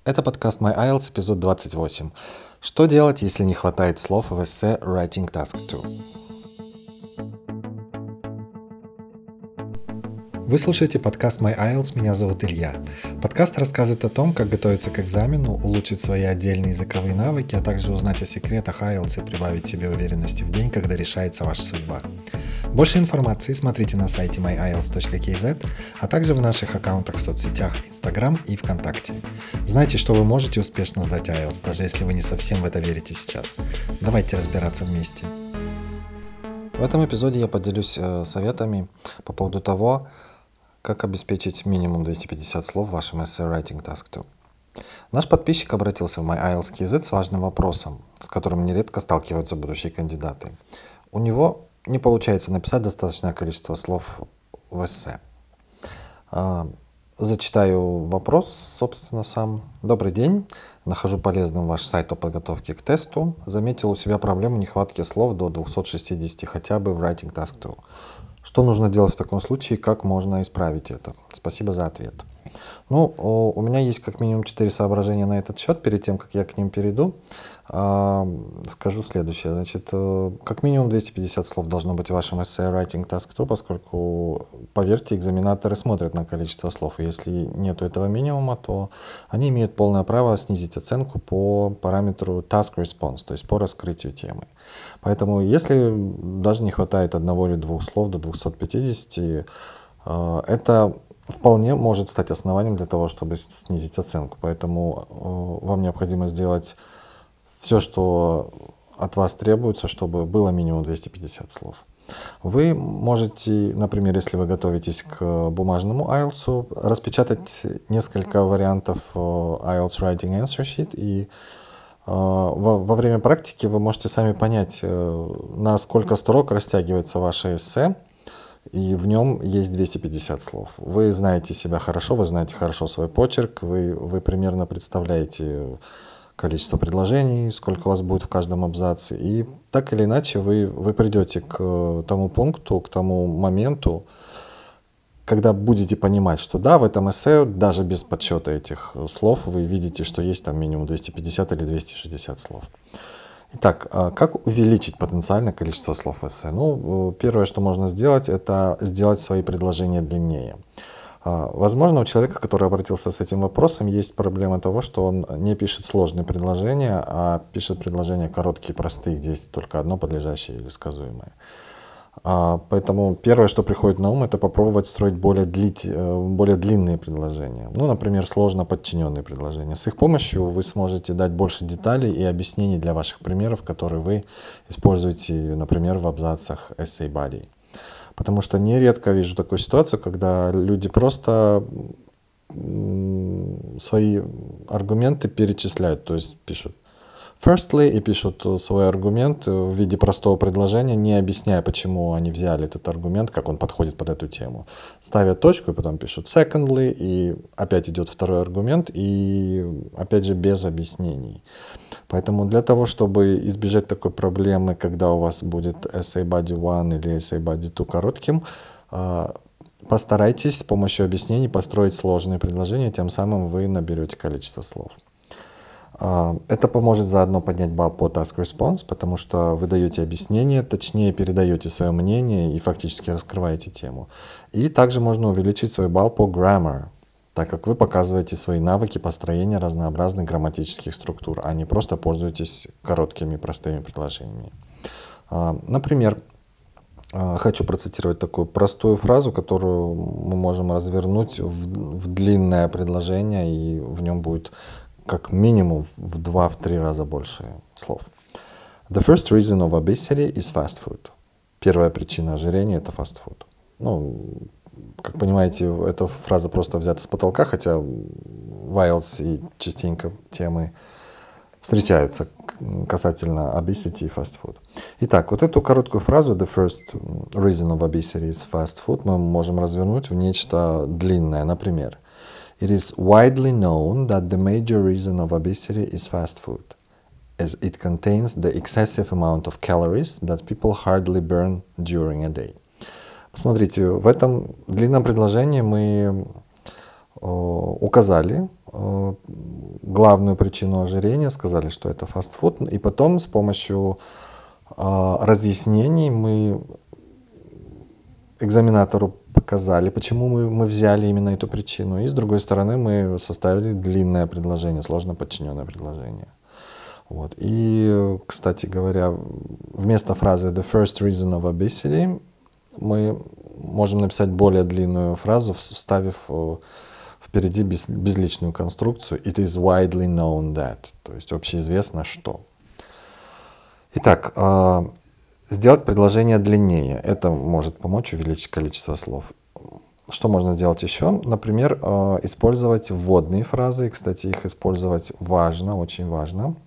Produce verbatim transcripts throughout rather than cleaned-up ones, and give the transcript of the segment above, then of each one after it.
Это подкаст My IELTS, эпизод двадцать восемь. Что делать, если не хватает слов в эссе Writing Task два? Вы слушаете подкаст My IELTS, меня зовут Илья. Подкаст рассказывает о том, как готовиться к экзамену, улучшить свои отдельные языковые навыки, а также узнать о секретах IELTS и прибавить себе уверенности в день, когда решается ваша судьба. Больше информации смотрите на сайте my I E L T S точка кей зет, а также в наших аккаунтах в соцсетях Instagram и ВКонтакте. Знайте, что вы можете успешно сдать ай эл ти эс, даже если вы не совсем в это верите сейчас. Давайте разбираться вместе. В этом эпизоде я поделюсь э, советами по поводу того, как обеспечить минимум двести пятьдесят слов в вашем эссе Writing Task два. Наш подписчик обратился в My I E L T S кей зет с важным вопросом, с которым нередко сталкиваются будущие кандидаты. У него не получается написать достаточное количество слов в эссе. Зачитаю вопрос, собственно, сам. Добрый день. Нахожу полезным ваш сайт о подготовке к тесту. Заметил у себя проблему нехватки слов до двухсот шестидесяти хотя бы в Writing Task два. Что нужно делать в таком случае и как можно исправить это? Спасибо за ответ. Ну, у меня есть как минимум четыре соображения на этот счет. Перед тем, как я к ним перейду, скажу следующее. Значит, как минимум двести пятьдесят слов должно быть в вашем эссе Writing Task два, поскольку, поверьте, экзаменаторы смотрят на количество слов. И если нет этого минимума, то они имеют полное право снизить оценку по параметру Task Response, то есть по раскрытию темы. Поэтому, если даже не хватает одного или двух слов до двухсот пятидесяти, это вполне может стать основанием для того, чтобы снизить оценку. Поэтому вам необходимо сделать все, что от вас требуется, чтобы было минимум двести пятьдесят слов. Вы можете, например, если вы готовитесь к бумажному ай эл ти эс, распечатать несколько вариантов ай эл ти эс Writing Answer Sheet, и во, во время практики вы можете сами понять, на сколько строк растягивается ваше эссе, и в нем есть двести пятьдесят слов. Вы знаете себя хорошо, вы знаете хорошо свой почерк, вы, вы примерно представляете количество предложений, сколько у вас будет в каждом абзаце. И так или иначе вы, вы придете к тому пункту, к тому моменту, когда будете понимать, что да, в этом эссе, даже без подсчета этих слов, вы видите, что есть там минимум двести пятьдесят или двести шестьдесят слов. Итак, как увеличить потенциальное количество слов в эссе? Ну, первое, что можно сделать, это сделать свои предложения длиннее. Возможно, у человека, который обратился с этим вопросом, есть проблема того, что он не пишет сложные предложения, а пишет предложения короткие, простые, где есть только одно подлежащее или сказуемое. Поэтому первое, что приходит на ум, это попробовать строить более, длить, более длинные предложения. Ну, например, сложно подчиненные предложения. С их помощью вы сможете дать больше деталей и объяснений для ваших примеров, которые вы используете, например, в абзацах Essay Body. Потому что нередко вижу такую ситуацию, когда люди просто свои аргументы перечисляют, то есть пишут firstly и пишут свой аргумент в виде простого предложения, не объясняя, почему они взяли этот аргумент, как он подходит под эту тему. Ставят точку и потом пишут secondly, и опять идет второй аргумент, и опять же без объяснений. Поэтому для того, чтобы избежать такой проблемы, когда у вас будет Essay Body один или Essay Body два коротким, постарайтесь с помощью объяснений построить сложные предложения, тем самым вы наберете количество слов. Это поможет заодно поднять балл по Task Response, потому что вы даете объяснение, точнее передаете свое мнение и фактически раскрываете тему. И также можно увеличить свой балл по Grammar, так как вы показываете свои навыки построения разнообразных грамматических структур, а не просто пользуетесь короткими простыми предложениями. Например, хочу процитировать такую простую фразу, которую мы можем развернуть в, в длинное предложение, и в нем будет как минимум в два-три раза больше слов. The first reason of obesity is fast food. Первая причина ожирения – это фастфуд. Ну, как понимаете, эта фраза просто взята с потолка, хотя в ай эл ти эс частенько темы встречаются касательно obesity и fast food. Итак, вот эту короткую фразу The first reason of obesity is fast food мы можем развернуть в нечто длинное. Например, It is widely known that the major reason of obesity is fast food, as it contains the excessive amount of calories that people hardly burn during a day. Посмотрите, в этом длинном предложении мы указали главную причину ожирения, сказали, что это фастфуд, и потом с помощью э, разъяснений мы экзаменатору показали, почему мы, мы взяли именно эту причину, и с другой стороны мы составили длинное предложение, сложно подчиненное предложение. Вот. И, кстати говоря, вместо фразы «the first reason of obesity» мы можем написать более длинную фразу, вставив впереди без, безличную конструкцию «it is widely known that», то есть общеизвестно что. Итак, сделать предложение длиннее. Это может помочь увеличить количество слов. Что можно сделать еще? Например, использовать вводные фразы. Кстати, их использовать важно, очень важно.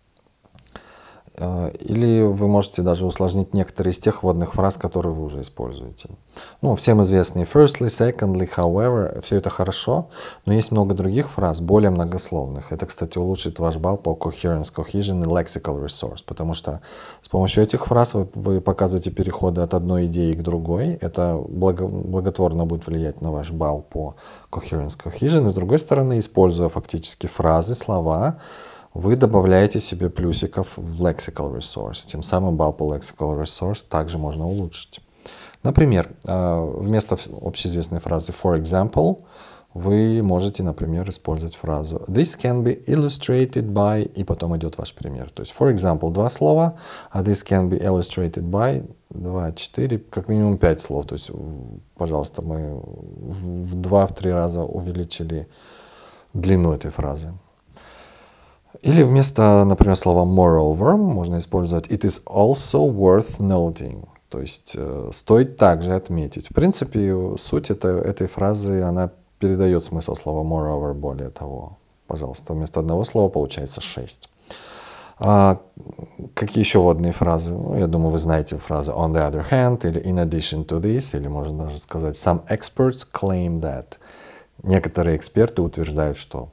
Или вы можете даже усложнить некоторые из тех вводных фраз, которые вы уже используете. Ну, всем известные firstly, secondly, however, все это хорошо, но есть много других фраз, более многословных. Это, кстати, улучшит ваш балл по coherence, cohesion и lexical resource, потому что с помощью этих фраз вы, вы показываете переходы от одной идеи к другой. Это благо, благотворно будет влиять на ваш балл по coherence, cohesion. И с другой стороны, используя фактически фразы, слова, вы добавляете себе плюсиков в lexical resource. Тем самым балл по lexical resource также можно улучшить. Например, вместо общеизвестной фразы for example, вы можете, например, использовать фразу this can be illustrated by, и потом идет ваш пример. То есть for example два слова, а this can be illustrated by два, четыре, как минимум пять слов. То есть, пожалуйста, мы в два-три раза увеличили длину этой фразы. Или вместо, например, слова moreover можно использовать it is also worth noting. То есть э, стоит также отметить. В принципе, суть это, этой фразы, она передает смысл слова moreover более того. Пожалуйста, вместо одного слова получается шесть. А, какие еще вводные фразы? Ну, я думаю, вы знаете фразы on the other hand, или in addition to this, или можно даже сказать some experts claim that. Некоторые эксперты утверждают, что.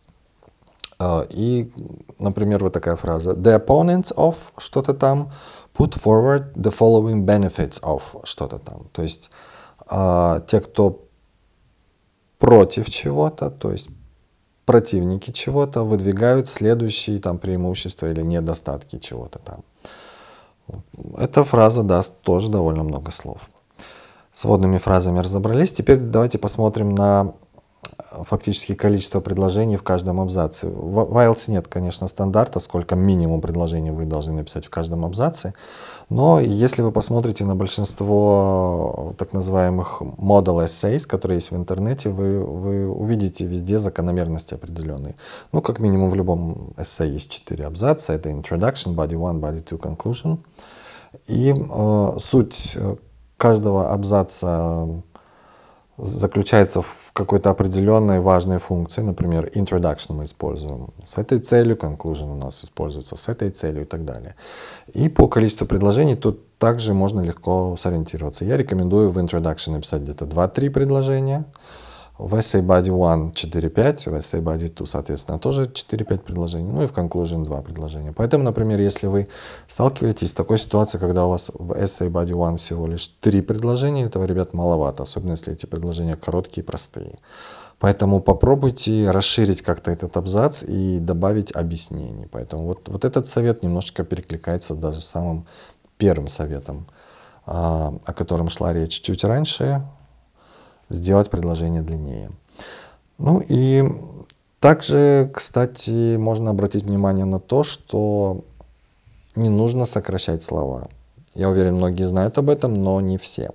И, например, вот такая фраза the opponents of что-то там put forward the following benefits of что-то там. То есть э, те, кто против чего-то, то есть противники чего-то, выдвигают следующие там преимущества или недостатки чего-то там. Эта фраза даст тоже довольно много слов. С вводными фразами разобрались. Теперь давайте посмотрим на фактически количество предложений в каждом абзаце. В ай эл ти эс нет, конечно, стандарта, сколько минимум предложений вы должны написать в каждом абзаце, но если вы посмотрите на большинство так называемых model essays, которые есть в интернете, вы, вы увидите везде закономерности определенные. Ну, как минимум в любом эссе есть четыре абзаца. Это introduction, body one, body two, conclusion. И э, суть каждого абзаца заключается в какой-то определенной важной функции. Например, introduction мы используем с этой целью, conclusion у нас используется с этой целью и так далее. И по количеству предложений тут также можно легко сориентироваться. Я рекомендую в introduction написать где-то два-три предложения. В essay body one четыре-пять, в essay body two, соответственно, тоже четыре-пять предложений, ну и в conclusion два предложения. Поэтому, например, если вы сталкиваетесь с такой ситуацией, когда у вас в essay body one всего лишь три предложения, этого, ребят, маловато, особенно если эти предложения короткие и простые. Поэтому попробуйте расширить как-то этот абзац и добавить объяснений. Поэтому вот, вот этот совет немножечко перекликается даже с самым первым советом, о котором шла речь чуть раньше. Сделать предложение длиннее. Ну и также, кстати, можно обратить внимание на то, что не нужно сокращать слова. Я уверен, многие знают об этом, но не все.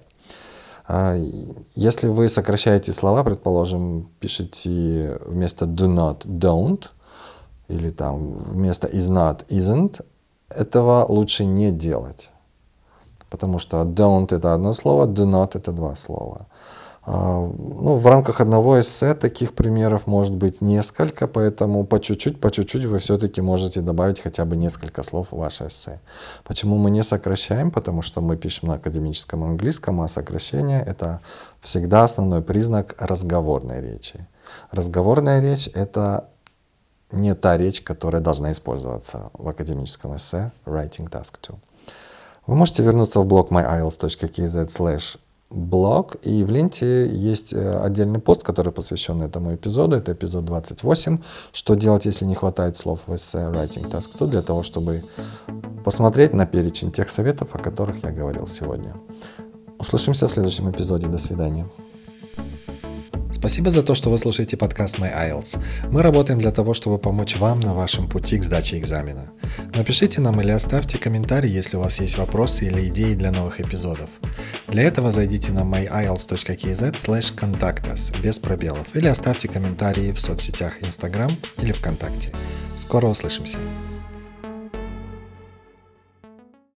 Если вы сокращаете слова, предположим, пишете вместо do not, don't, или там вместо is not, isn't, этого лучше не делать. Потому что don't — это одно слово, do not — это два слова. Ну, в рамках одного эссе таких примеров может быть несколько, поэтому по чуть-чуть, по чуть-чуть вы все-таки можете добавить хотя бы несколько слов в ваше эссе. Почему мы не сокращаем? Потому что мы пишем на академическом английском, а сокращение — это всегда основной признак разговорной речи. Разговорная речь — это не та речь, которая должна использоваться в академическом эссе Writing Task два. Вы можете вернуться в блог my i e l t s точка k z слэш блог, и в ленте есть отдельный пост, который посвящен этому эпизоду. Это эпизод двадцать восемь. Что делать, если не хватает слов в эссе Writing Task два, для того, чтобы посмотреть на перечень тех советов, о которых я говорил сегодня. Услышимся в следующем эпизоде. До свидания. Спасибо за то, что вы слушаете подкаст My ай эл ти эс. Мы работаем для того, чтобы помочь вам на вашем пути к сдаче экзамена. Напишите нам или оставьте комментарий, если у вас есть вопросы или идеи для новых эпизодов. Для этого зайдите на my i e l t s dot k z slash contact us без пробелов или оставьте комментарии в соцсетях Instagram или ВКонтакте. Скоро услышимся.